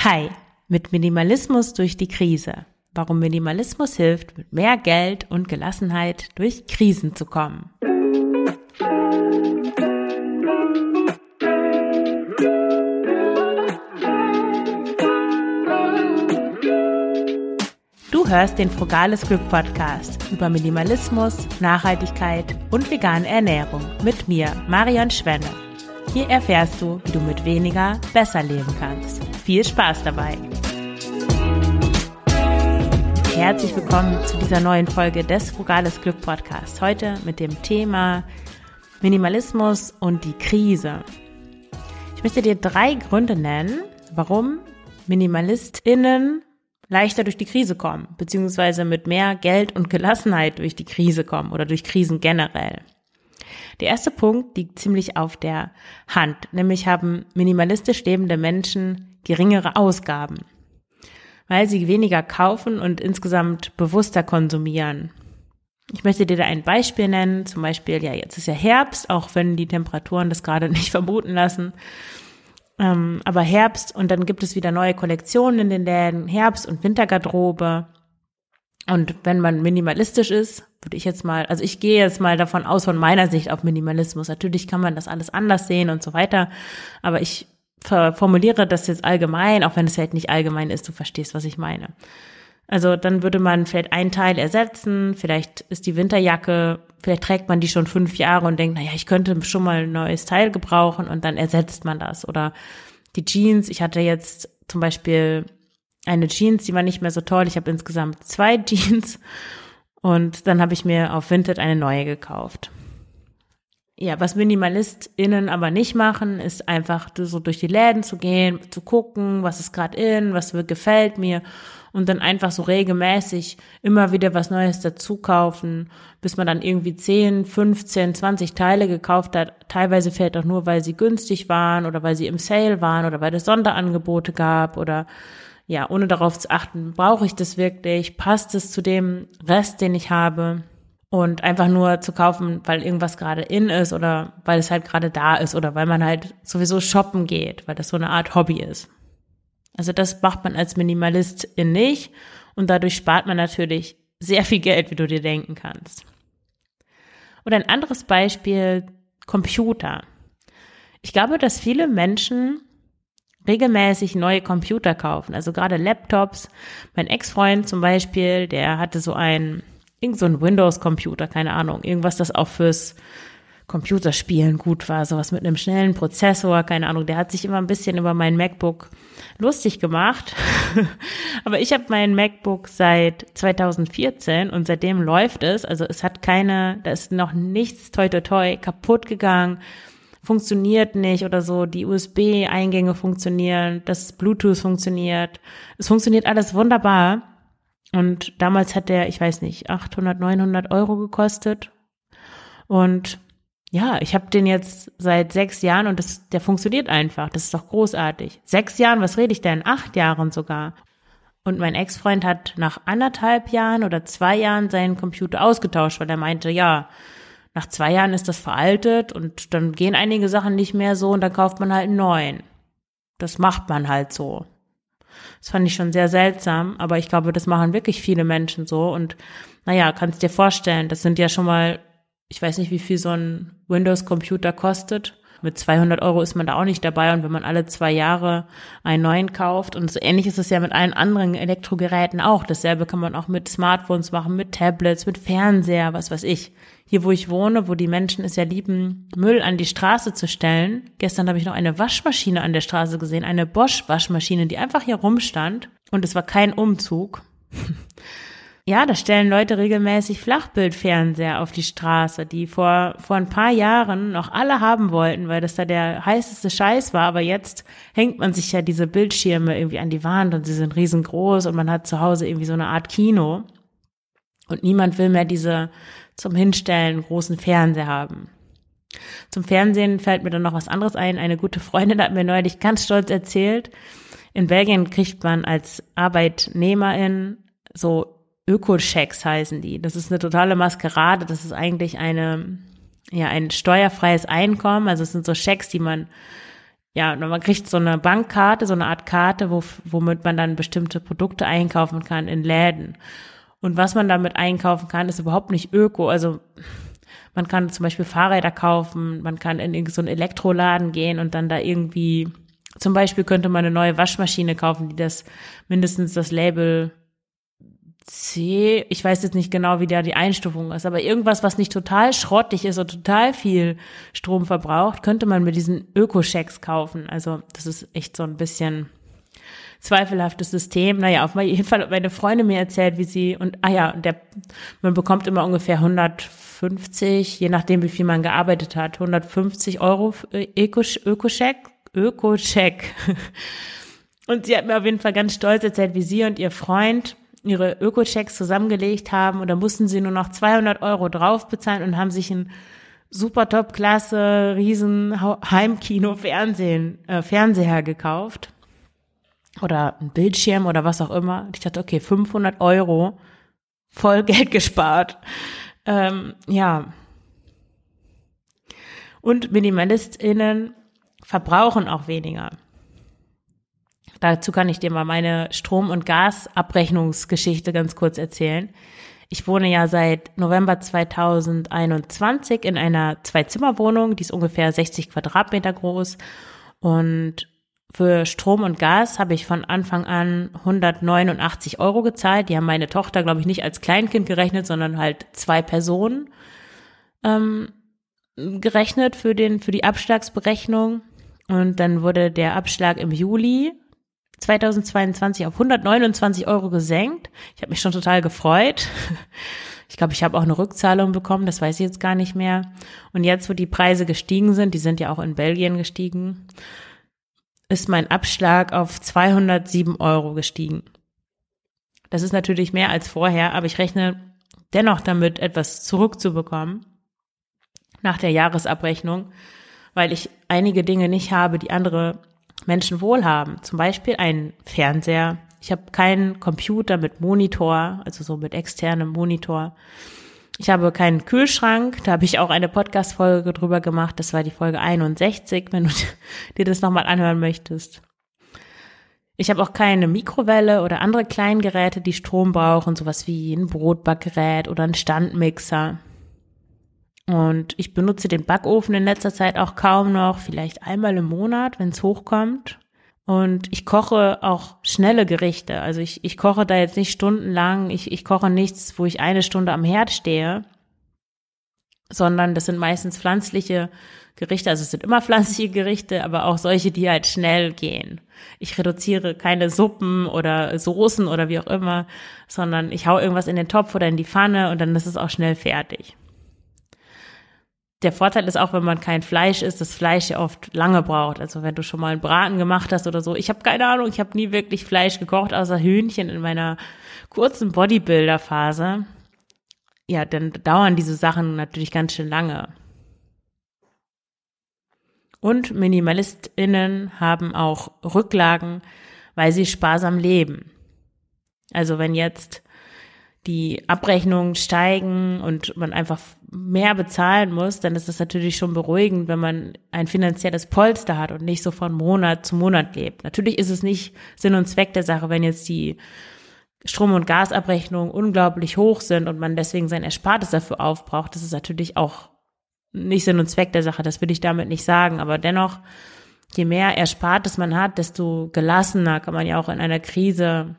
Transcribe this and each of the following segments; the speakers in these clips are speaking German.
Hi, mit Minimalismus durch die Krise. Warum Minimalismus hilft, mit mehr Geld und Gelassenheit durch Krisen zu kommen. Du hörst den Frugales Glück Podcast über Minimalismus, Nachhaltigkeit und vegane Ernährung mit mir, Marion Schwenne. Hier erfährst du, wie du mit weniger besser leben kannst. Viel Spaß dabei! Herzlich willkommen zu dieser neuen Folge des Frugales Glück Podcasts. Heute mit dem Thema Minimalismus und die Krise. Ich möchte dir 3 Gründe nennen, warum MinimalistInnen leichter durch die Krise kommen, beziehungsweise mit mehr Geld und Gelassenheit durch die Krise kommen oder durch Krisen generell. Der erste Punkt liegt ziemlich auf der Hand, nämlich haben minimalistisch lebende Menschen geringere Ausgaben, weil sie weniger kaufen und insgesamt bewusster konsumieren. Ich möchte dir da ein Beispiel nennen, zum Beispiel, jetzt ist ja Herbst, auch wenn die Temperaturen das gerade nicht vermuten lassen, aber Herbst und dann gibt es wieder neue Kollektionen in den Läden, Herbst- und Wintergarderobe. Und wenn man minimalistisch ist, ich gehe jetzt mal davon aus, von meiner Sicht auf Minimalismus. Natürlich kann man das alles anders sehen und so weiter, aber ich formuliere das jetzt allgemein, auch wenn es halt nicht allgemein ist, du verstehst, was ich meine. Also dann würde man vielleicht einen Teil ersetzen, vielleicht ist die Winterjacke, vielleicht trägt man die schon 5 Jahre und denkt, ich könnte schon mal ein neues Teil gebrauchen und dann ersetzt man das. Oder die Jeans, ich hatte jetzt zum Beispiel eine Jeans, die war nicht mehr so toll. Ich habe insgesamt 2 Jeans und dann habe ich mir auf Vinted eine neue gekauft. Ja, was MinimalistInnen aber nicht machen, ist einfach so durch die Läden zu gehen, zu gucken, was ist gerade in, was gefällt mir und dann einfach so regelmäßig immer wieder was Neues dazu kaufen, bis man dann irgendwie 10, 15, 20 Teile gekauft hat. Teilweise vielleicht auch nur, weil sie günstig waren oder weil sie im Sale waren oder weil es Sonderangebote gab oder ohne darauf zu achten, brauche ich das wirklich, passt es zu dem Rest, den ich habe und einfach nur zu kaufen, weil irgendwas gerade in ist oder weil es halt gerade da ist oder weil man halt sowieso shoppen geht, weil das so eine Art Hobby ist. Also das macht man als Minimalistin nicht und dadurch spart man natürlich sehr viel Geld, wie du dir denken kannst. Oder ein anderes Beispiel, Computer. Ich glaube, dass viele Menschen regelmäßig neue Computer kaufen, also gerade Laptops. Mein Ex-Freund zum Beispiel, der hatte so ein Windows-Computer, keine Ahnung, irgendwas, das auch fürs Computerspielen gut war, sowas mit einem schnellen Prozessor, keine Ahnung, der hat sich immer ein bisschen über mein MacBook lustig gemacht, aber ich habe mein MacBook seit 2014 und seitdem läuft es, also da ist noch nichts toi toi toi kaputt gegangen, funktioniert nicht oder so, die USB-Eingänge funktionieren, das Bluetooth funktioniert, es funktioniert alles wunderbar und damals hat der, 800, 900 Euro gekostet und ich habe den jetzt seit 6 Jahren und der funktioniert einfach, das ist doch großartig. 6 Jahren, was rede ich denn? 8 Jahren sogar. Und mein Ex-Freund hat nach 1,5 Jahren oder 2 Jahren seinen Computer ausgetauscht, weil er meinte, nach 2 Jahren ist das veraltet und dann gehen einige Sachen nicht mehr so und dann kauft man halt einen neuen. Das macht man halt so. Das fand ich schon sehr seltsam, aber ich glaube, das machen wirklich viele Menschen so und kannst dir vorstellen, das sind ja schon mal, ich weiß nicht, wie viel so ein Windows-Computer kostet. Mit 200 Euro ist man da auch nicht dabei und wenn man alle 2 Jahre einen neuen kauft und so ähnlich ist es ja mit allen anderen Elektrogeräten auch. Dasselbe kann man auch mit Smartphones machen, mit Tablets, mit Fernseher, was weiß ich. Hier, wo ich wohne, wo die Menschen es ja lieben, Müll an die Straße zu stellen. Gestern habe ich noch eine Waschmaschine an der Straße gesehen, eine Bosch-Waschmaschine, die einfach hier rumstand und es war kein Umzug. Da stellen Leute regelmäßig Flachbildfernseher auf die Straße, die vor ein paar Jahren noch alle haben wollten, weil das da der heißeste Scheiß war. Aber jetzt hängt man sich ja diese Bildschirme irgendwie an die Wand und sie sind riesengroß und man hat zu Hause irgendwie so eine Art Kino. Und niemand will mehr diese zum Hinstellen großen Fernseher haben. Zum Fernsehen fällt mir dann noch was anderes ein. Eine gute Freundin hat mir neulich ganz stolz erzählt, in Belgien kriegt man als Arbeitnehmerin so Öko-Schecks heißen die. Das ist eine totale Maskerade. Das ist eigentlich ein steuerfreies Einkommen. Also es sind so Schecks, die man ja, man kriegt so eine Bankkarte, so eine Art Karte, womit man dann bestimmte Produkte einkaufen kann in Läden. Und was man damit einkaufen kann, ist überhaupt nicht öko. Also man kann zum Beispiel Fahrräder kaufen, man kann in irgendeinen so einen Elektroladen gehen und dann da irgendwie, zum Beispiel könnte man eine neue Waschmaschine kaufen, die das mindestens das Label C, ich weiß jetzt nicht genau, wie da die Einstufung ist, aber irgendwas, was nicht total schrottig ist und total viel Strom verbraucht, könnte man mit diesen Öko-Schecks kaufen. Also das ist echt so ein bisschen zweifelhaftes System. Naja, auf jeden Fall hat meine Freundin mir erzählt, wie sie, man bekommt immer ungefähr 150, je nachdem, wie viel man gearbeitet hat, 150 Euro Öko-Check. Und sie hat mir auf jeden Fall ganz stolz erzählt, wie sie und ihr Freund ihre Öko-Checks zusammengelegt haben und da mussten sie nur noch 200 Euro drauf bezahlen und haben sich ein super Top-Klasse, riesen Heimkino-Fernseher gekauft oder ein Bildschirm oder was auch immer. Und ich dachte, okay, 500 Euro, voll Geld gespart. Ja. Und MinimalistInnen verbrauchen auch weniger. Dazu kann ich dir mal meine Strom- und Gasabrechnungsgeschichte ganz kurz erzählen. Ich wohne ja seit November 2021 in einer Zwei-Zimmer-Wohnung, die ist ungefähr 60 Quadratmeter groß. Und für Strom und Gas habe ich von Anfang an 189 Euro gezahlt. Die haben meine Tochter, glaube ich, nicht als Kleinkind gerechnet, sondern halt 2 Personen gerechnet für die Abschlagsberechnung. Und dann wurde der Abschlag im Juli 2022 auf 129 Euro gesenkt. Ich habe mich schon total gefreut. Ich glaube, ich habe auch eine Rückzahlung bekommen, das weiß ich jetzt gar nicht mehr. Und jetzt, wo die Preise gestiegen sind, die sind ja auch in Belgien gestiegen, ist mein Abschlag auf 207 Euro gestiegen. Das ist natürlich mehr als vorher, aber ich rechne dennoch damit, etwas zurückzubekommen nach der Jahresabrechnung, weil ich einige Dinge nicht habe, die andere Menschen wohl haben. Zum Beispiel einen Fernseher. Ich habe keinen Computer mit Monitor, also so mit externem Monitor. Ich habe keinen Kühlschrank. Da habe ich auch eine Podcast-Folge drüber gemacht. Das war die Folge 61, wenn du dir das nochmal anhören möchtest. Ich habe auch keine Mikrowelle oder andere Kleingeräte, die Strom brauchen, sowas wie ein Brotbackgerät oder ein Standmixer. Und ich benutze den Backofen in letzter Zeit auch kaum noch, vielleicht einmal im Monat, wenn es hochkommt. Und ich koche auch schnelle Gerichte. Also ich koche da jetzt nicht stundenlang. Ich koche nichts, wo ich 1 Stunde am Herd stehe, sondern das sind meistens pflanzliche Gerichte. Also es sind immer pflanzliche Gerichte, aber auch solche, die halt schnell gehen. Ich reduziere keine Suppen oder Soßen oder wie auch immer, sondern ich hau irgendwas in den Topf oder in die Pfanne und dann ist es auch schnell fertig. Der Vorteil ist auch, wenn man kein Fleisch isst, das Fleisch ja oft lange braucht. Also wenn du schon mal einen Braten gemacht hast oder so. Ich habe keine Ahnung, ich habe nie wirklich Fleisch gekocht, außer Hühnchen in meiner kurzen Bodybuilder-Phase. Ja, dann dauern diese Sachen natürlich ganz schön lange. Und MinimalistInnen haben auch Rücklagen, weil sie sparsam leben. Also wenn jetzt die Abrechnungen steigen und man einfach mehr bezahlen muss, dann ist das natürlich schon beruhigend, wenn man ein finanzielles Polster hat und nicht so von Monat zu Monat lebt. Natürlich ist es nicht Sinn und Zweck der Sache, wenn jetzt die Strom- und Gasabrechnungen unglaublich hoch sind und man deswegen sein Erspartes dafür aufbraucht. Das ist natürlich auch nicht Sinn und Zweck der Sache, das will ich damit nicht sagen. Aber dennoch, je mehr Erspartes man hat, desto gelassener kann man in einer Krise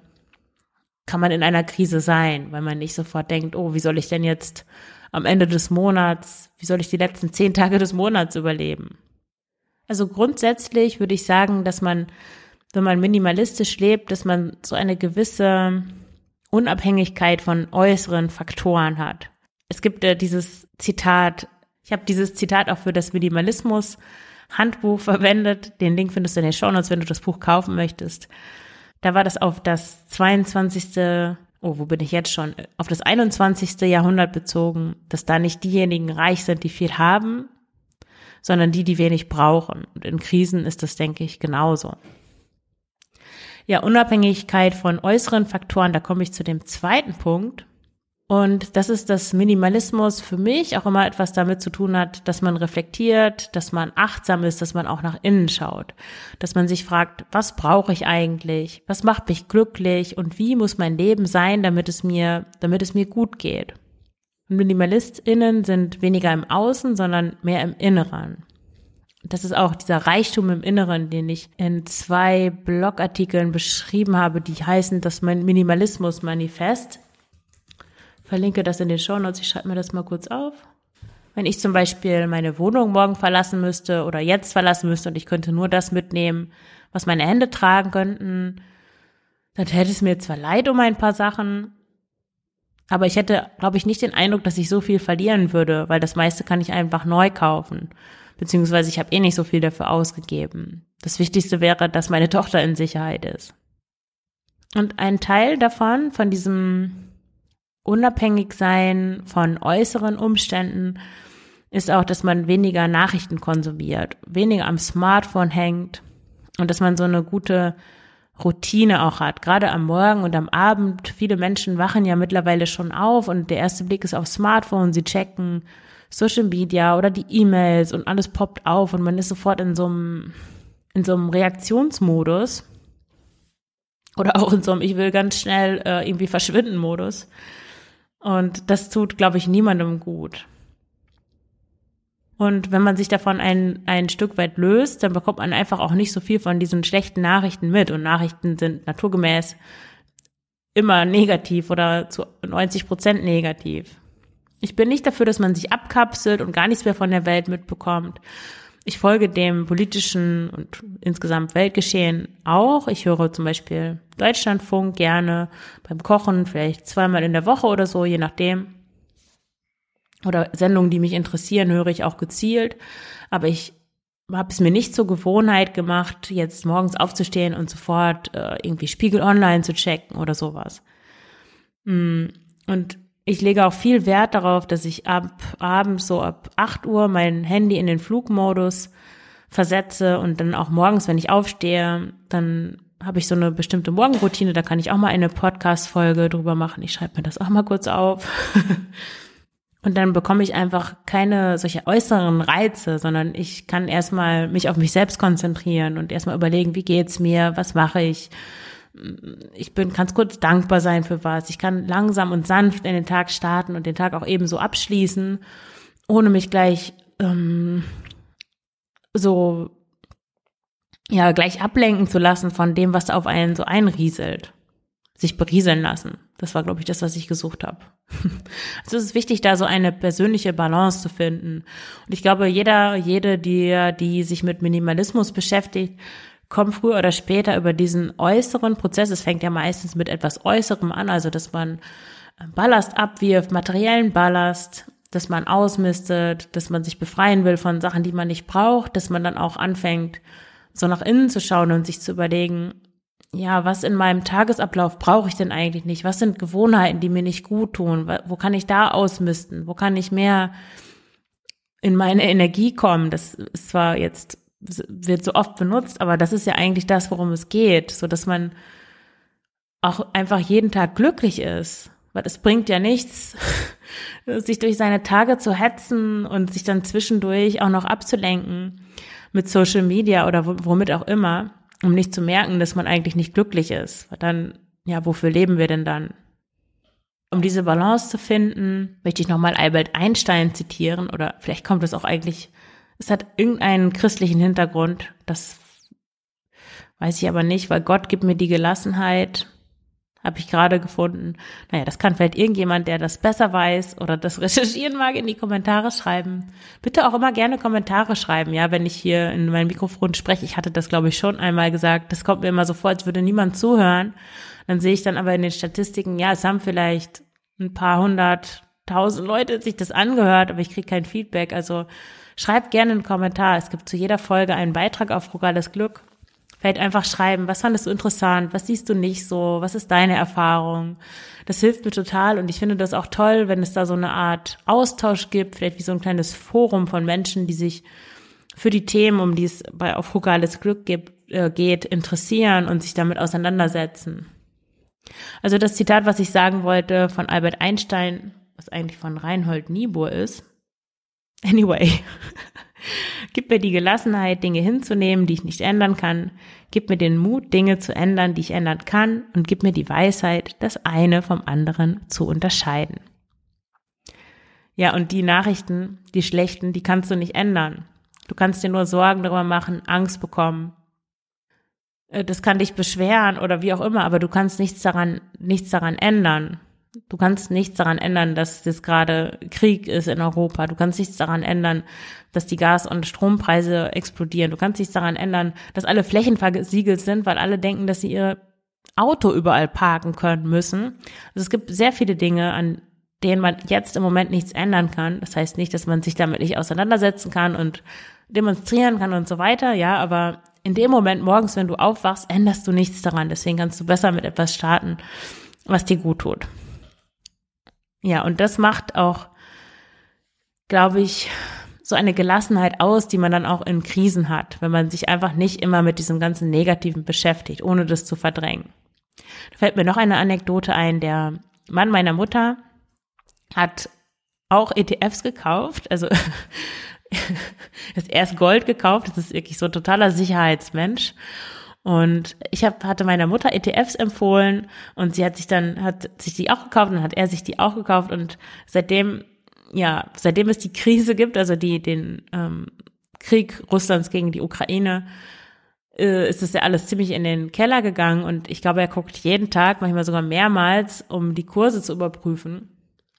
sein, weil man nicht sofort denkt, oh, wie soll ich denn jetzt am Ende des Monats, wie soll ich die letzten 10 Tage des Monats überleben? Also grundsätzlich würde ich sagen, dass man, wenn man minimalistisch lebt, dass man so eine gewisse Unabhängigkeit von äußeren Faktoren hat. Es gibt dieses Zitat, ich habe dieses Zitat auch für das Minimalismus-Handbuch verwendet. Den Link findest du in den Shownotes, wenn du das Buch kaufen möchtest. Da war das auf das 22. Auf das 21. Jahrhundert bezogen, dass da nicht diejenigen reich sind, die viel haben, sondern die wenig brauchen. Und in Krisen ist das, denke ich, genauso. Ja, Unabhängigkeit von äußeren Faktoren, da komme ich zu dem zweiten Punkt. Und das ist, dass Minimalismus für mich auch immer etwas damit zu tun hat, dass man reflektiert, dass man achtsam ist, dass man auch nach innen schaut, dass man sich fragt, was brauche ich eigentlich, was macht mich glücklich und wie muss mein Leben sein, damit es mir gut geht. Und MinimalistInnen sind weniger im Außen, sondern mehr im Inneren. Das ist auch dieser Reichtum im Inneren, den ich in 2 Blogartikeln beschrieben habe, die heißen das Minimalismus-Manifest. Verlinke das in den Shownotes, ich schreibe mir das mal kurz auf. Wenn ich zum Beispiel meine Wohnung morgen verlassen müsste oder jetzt verlassen müsste und ich könnte nur das mitnehmen, was meine Hände tragen könnten, dann hätte es mir zwar leid um ein paar Sachen, aber ich hätte, glaube ich, nicht den Eindruck, dass ich so viel verlieren würde, weil das meiste kann ich einfach neu kaufen. Beziehungsweise ich habe eh nicht so viel dafür ausgegeben. Das Wichtigste wäre, dass meine Tochter in Sicherheit ist. Und ein Teil davon, von diesem Unabhängigsein von äußeren Umständen, ist auch, dass man weniger Nachrichten konsumiert, weniger am Smartphone hängt und dass man so eine gute Routine auch hat, gerade am Morgen und am Abend. Viele Menschen wachen ja mittlerweile schon auf und der erste Blick ist aufs Smartphone, sie checken Social Media oder die E-Mails und alles poppt auf und man ist sofort in so einem Reaktionsmodus oder auch in so einem Ich will ganz schnell irgendwie verschwinden Modus. Und das tut, glaube ich, niemandem gut. Und wenn man sich davon ein Stück weit löst, dann bekommt man einfach auch nicht so viel von diesen schlechten Nachrichten mit. Und Nachrichten sind naturgemäß immer negativ oder zu 90% negativ. Ich bin nicht dafür, dass man sich abkapselt und gar nichts mehr von der Welt mitbekommt. Ich folge dem politischen und insgesamt Weltgeschehen auch. Ich höre zum Beispiel Deutschlandfunk gerne beim Kochen, vielleicht 2-mal in der Woche oder so, je nachdem. Oder Sendungen, die mich interessieren, höre ich auch gezielt. Aber ich habe es mir nicht zur Gewohnheit gemacht, jetzt morgens aufzustehen und sofort irgendwie Spiegel Online zu checken oder sowas. Und ich lege auch viel Wert darauf, dass ich abends so ab 8 Uhr mein Handy in den Flugmodus versetze und dann auch morgens, wenn ich aufstehe, dann habe ich so eine bestimmte Morgenroutine, da kann ich auch mal eine Podcast-Folge drüber machen. Ich schreibe mir das auch mal kurz auf. Und dann bekomme ich einfach keine solche äußeren Reize, sondern ich kann erstmal mich auf mich selbst konzentrieren und erstmal überlegen, wie geht's mir, was mache ich. Ich kann kurz dankbar sein für was. Ich kann langsam und sanft in den Tag starten und den Tag auch ebenso abschließen, ohne mich gleich gleich ablenken zu lassen von dem, was auf einen so einrieselt. Sich berieseln lassen. Das war, glaube ich, das, was ich gesucht habe. Also es ist wichtig, da so eine persönliche Balance zu finden. Und ich glaube, die sich mit Minimalismus beschäftigt, kommt früher oder später über diesen äußeren Prozess. Es fängt ja meistens mit etwas Äußerem an, also dass man Ballast abwirft, materiellen Ballast, dass man ausmistet, dass man sich befreien will von Sachen, die man nicht braucht, dass man dann auch anfängt, so nach innen zu schauen und sich zu überlegen, ja, was in meinem Tagesablauf brauche ich denn eigentlich nicht? Was sind Gewohnheiten, die mir nicht gut tun? Wo kann ich da ausmisten? Wo kann ich mehr in meine Energie kommen? Das ist zwar jetzt, wird so oft benutzt, aber das ist ja eigentlich das, worum es geht, so dass man auch einfach jeden Tag glücklich ist. Weil es bringt ja nichts, sich durch seine Tage zu hetzen und sich dann zwischendurch auch noch abzulenken mit Social Media oder womit auch immer, um nicht zu merken, dass man eigentlich nicht glücklich ist. Dann, ja, wofür leben wir denn dann? Um diese Balance zu finden, möchte ich nochmal Albert Einstein zitieren, oder vielleicht kommt es auch eigentlich, es hat irgendeinen christlichen Hintergrund, das weiß ich aber nicht, weil Gott gibt mir die Gelassenheit, habe ich gerade gefunden. Naja, das kann vielleicht irgendjemand, der das besser weiß oder das recherchieren mag, in die Kommentare schreiben. Bitte auch immer gerne Kommentare schreiben, ja, wenn ich hier in mein Mikrofon spreche. Ich hatte das, glaube ich, schon einmal gesagt. Das kommt mir immer so vor, als würde niemand zuhören. Dann sehe ich dann aber in den Statistiken, ja, es haben vielleicht ein paar 100.000 Leute sich das angehört, aber ich kriege kein Feedback. Also schreibt gerne einen Kommentar. Es gibt zu jeder Folge einen Beitrag auf Frugales Glück. Vielleicht einfach schreiben, was fandest du interessant, was siehst du nicht so, was ist deine Erfahrung? Das hilft mir total und ich finde das auch toll, wenn es da so eine Art Austausch gibt, vielleicht wie so ein kleines Forum von Menschen, die sich für die Themen, um die es auf Frugales Glück geht, interessieren und sich damit auseinandersetzen. Also das Zitat, was ich sagen wollte von Albert Einstein, was eigentlich von Reinhold Niebuhr ist. Anyway, gib mir die Gelassenheit, Dinge hinzunehmen, die ich nicht ändern kann. Gib mir den Mut, Dinge zu ändern, die ich ändern kann. Und gib mir die Weisheit, das eine vom anderen zu unterscheiden. Ja, und die Nachrichten, die schlechten, die kannst du nicht ändern. Du kannst dir nur Sorgen darüber machen, Angst bekommen. Das kann dich beschweren oder wie auch immer, aber du kannst nichts daran ändern. Du kannst nichts daran ändern, dass es gerade Krieg ist in Europa. Du kannst nichts daran ändern, dass die Gas- und Strompreise explodieren. Du kannst nichts daran ändern, dass alle Flächen versiegelt sind, weil alle denken, dass sie ihr Auto überall parken können müssen. Also es gibt sehr viele Dinge, an denen man jetzt im Moment nichts ändern kann. Das heißt nicht, dass man sich damit nicht auseinandersetzen kann und demonstrieren kann und so weiter. Ja, aber in dem Moment morgens, wenn du aufwachst, änderst du nichts daran. Deswegen kannst du besser mit etwas starten, was dir gut tut. Ja, und das macht auch, glaube ich, so eine Gelassenheit aus, die man dann auch in Krisen hat, wenn man sich einfach nicht immer mit diesem ganzen Negativen beschäftigt, ohne das zu verdrängen. Da fällt mir noch eine Anekdote ein. Der Mann meiner Mutter hat auch ETFs gekauft, also ist erst Gold gekauft, das ist wirklich so ein totaler Sicherheitsmensch. Und ich hatte meiner Mutter ETFs empfohlen und sie hat sich die auch gekauft und dann hat er sich die auch gekauft und seitdem es die Krise gibt, also den Krieg Russlands gegen die Ukraine, ist das ja alles ziemlich in den Keller gegangen und ich glaube, er guckt jeden Tag, manchmal sogar mehrmals, um die Kurse zu überprüfen.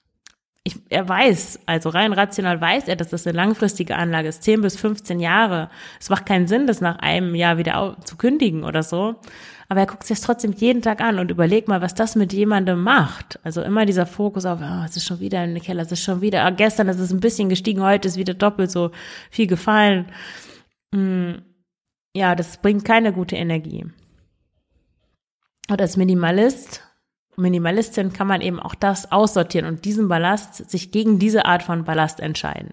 Er weiß, also rein rational weiß er, dass das eine langfristige Anlage ist, 10 bis 15 Jahre. Es macht keinen Sinn, das nach einem Jahr wieder zu kündigen oder so. Aber er guckt sich das trotzdem jeden Tag an und überlegt mal, was das mit jemandem macht. Also immer dieser Fokus auf, es ist schon wieder in den Keller, es ist schon wieder, gestern ist es ein bisschen gestiegen, heute ist wieder doppelt so viel gefallen. Ja, das bringt keine gute Energie. Und als Minimalistin kann man eben auch das aussortieren und diesen Ballast, sich gegen diese Art von Ballast entscheiden.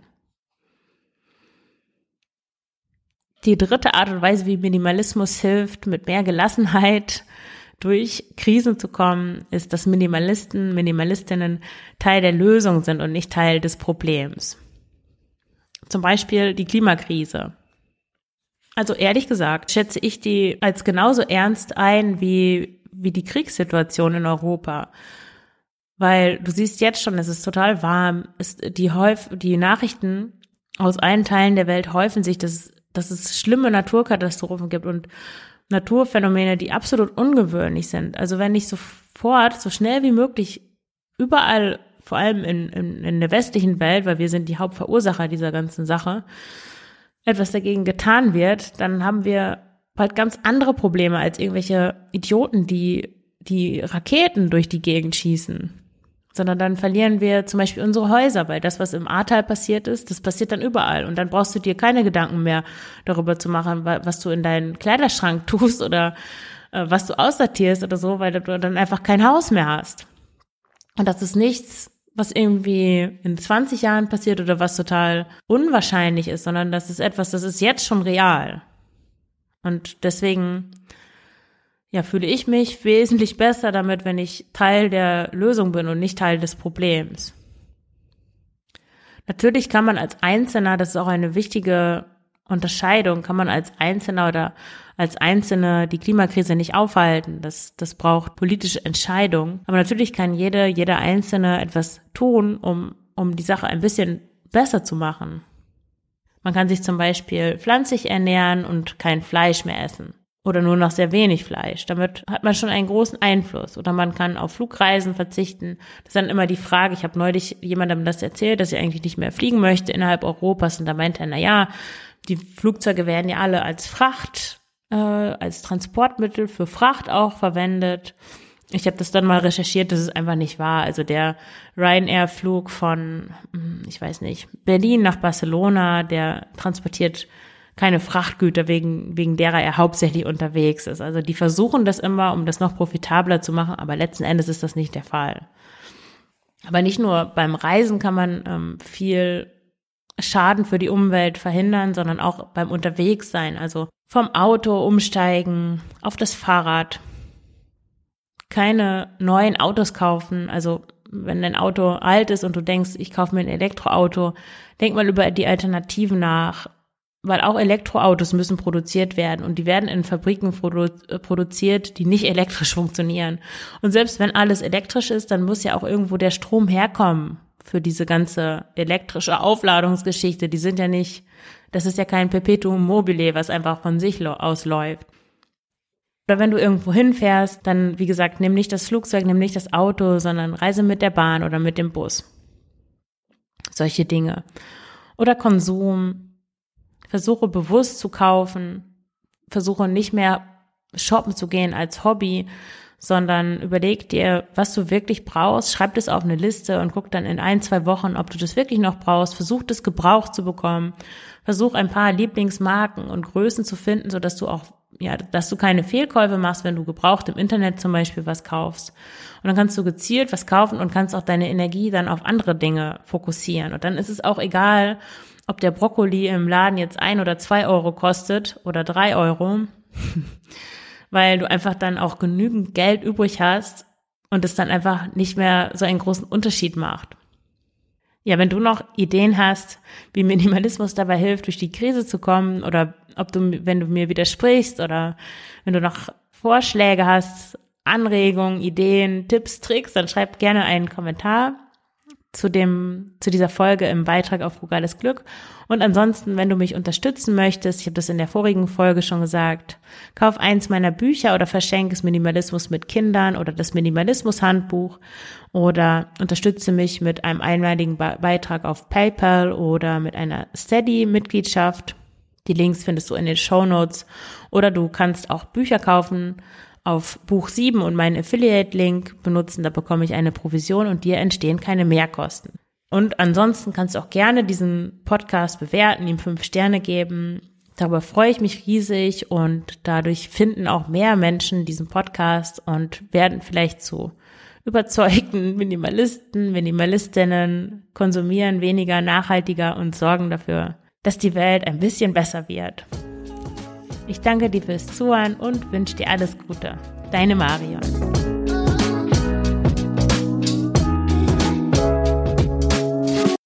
Die dritte Art und Weise, wie Minimalismus hilft, mit mehr Gelassenheit durch Krisen zu kommen, ist, dass Minimalistinnen Teil der Lösung sind und nicht Teil des Problems. Zum Beispiel die Klimakrise. Also ehrlich gesagt, schätze ich die als genauso ernst ein wie die Kriegssituation in Europa. Weil du siehst jetzt schon, es ist total warm, die Nachrichten aus allen Teilen der Welt häufen sich, dass es schlimme Naturkatastrophen gibt und Naturphänomene, die absolut ungewöhnlich sind. Also wenn nicht sofort, so schnell wie möglich, überall, vor allem in der westlichen Welt, weil wir sind die Hauptverursacher dieser ganzen Sache, etwas dagegen getan wird, dann haben wir bald ganz andere Probleme als irgendwelche Idioten, die Raketen durch die Gegend schießen. Sondern dann verlieren wir zum Beispiel unsere Häuser, weil das, was im Ahrtal passiert ist, das passiert dann überall. Und dann brauchst du dir keine Gedanken mehr darüber zu machen, was du in deinen Kleiderschrank tust oder was du aussortierst oder so, weil du dann einfach kein Haus mehr hast. Und das ist nichts, was irgendwie in 20 Jahren passiert oder was total unwahrscheinlich ist, sondern das ist etwas, das ist jetzt schon real. Und deswegen fühle ich mich wesentlich besser damit, wenn ich Teil der Lösung bin und nicht Teil des Problems. Natürlich kann man als Einzelner, das ist auch eine wichtige Unterscheidung, kann man als Einzelner oder als Einzelne die Klimakrise nicht aufhalten. Das braucht politische Entscheidung. Aber natürlich kann jeder Einzelne etwas tun, um die Sache ein bisschen besser zu machen. Man kann sich zum Beispiel pflanzlich ernähren und kein Fleisch mehr essen. Oder nur noch sehr wenig Fleisch. Damit hat man schon einen großen Einfluss. Oder man kann auf Flugreisen verzichten. Das ist dann immer die Frage, ich habe neulich jemandem das erzählt, dass ich eigentlich nicht mehr fliegen möchte innerhalb Europas. Und da meinte er, die Flugzeuge werden ja alle als Fracht, als Transportmittel für Fracht auch verwendet. Ich habe das dann mal recherchiert, das ist einfach nicht wahr. Also der Ryanair-Flug von, Berlin nach Barcelona, der transportiert keine Frachtgüter, wegen derer er hauptsächlich unterwegs ist. Also die versuchen das immer, um das noch profitabler zu machen, aber letzten Endes ist das nicht der Fall. Aber nicht nur beim Reisen kann man viel Schaden für die Umwelt verhindern, sondern auch beim Unterwegssein. Also vom Auto umsteigen auf das Fahrrad keine neuen Autos kaufen. Also wenn dein Auto alt ist und du denkst, ich kaufe mir ein Elektroauto, denk mal über die Alternativen nach, weil auch Elektroautos müssen produziert werden und die werden in Fabriken produziert, die nicht elektrisch funktionieren. Und selbst wenn alles elektrisch ist, dann muss ja auch irgendwo der Strom herkommen für diese ganze elektrische Aufladungsgeschichte. Die sind ja nicht, das ist ja kein Perpetuum mobile, was einfach von sich ausläuft. Oder wenn du irgendwo hinfährst, dann, wie gesagt, nimm nicht das Flugzeug, nimm nicht das Auto, sondern reise mit der Bahn oder mit dem Bus. Solche Dinge. Oder Konsum. Versuche bewusst zu kaufen. Versuche nicht mehr shoppen zu gehen als Hobby, sondern überleg dir, was du wirklich brauchst. Schreib das auf eine Liste und guck dann in 1-2 Wochen, ob du das wirklich noch brauchst. Versuch das gebraucht zu bekommen. Versuch ein paar Lieblingsmarken und Größen zu finden, sodass du auch dass du keine Fehlkäufe machst, wenn du gebraucht im Internet zum Beispiel was kaufst. Und dann kannst du gezielt was kaufen und kannst auch deine Energie dann auf andere Dinge fokussieren. Und dann ist es auch egal, ob der Brokkoli im Laden jetzt 1 oder 2 Euro kostet oder 3 Euro, weil du einfach dann auch genügend Geld übrig hast und es dann einfach nicht mehr so einen großen Unterschied macht. Ja, wenn du noch Ideen hast, wie Minimalismus dabei hilft, durch die Krise zu kommen, oder wenn du mir widersprichst, oder wenn du noch Vorschläge hast, Anregungen, Ideen, Tipps, Tricks, dann schreib gerne einen Kommentar zu dieser Folge im Beitrag auf Frugales Glück. Und ansonsten, wenn du mich unterstützen möchtest, ich habe das in der vorigen Folge schon gesagt, kauf eins meiner Bücher oder verschenke es Minimalismus mit Kindern oder das Minimalismus-Handbuch oder unterstütze mich mit einem einmaligen Beitrag auf PayPal oder mit einer Steady-Mitgliedschaft. Die Links findest du in den Shownotes. Oder du kannst auch Bücher kaufen auf Buch 7 und meinen Affiliate-Link benutzen, da bekomme ich eine Provision und dir entstehen keine Mehrkosten. Und ansonsten kannst du auch gerne diesen Podcast bewerten, ihm 5 Sterne geben. Darüber freue ich mich riesig und dadurch finden auch mehr Menschen diesen Podcast und werden vielleicht zu überzeugten Minimalisten, Minimalistinnen, konsumieren weniger, nachhaltiger und sorgen dafür, dass die Welt ein bisschen besser wird. Ich danke dir fürs Zuhören und wünsche dir alles Gute. Deine Marion.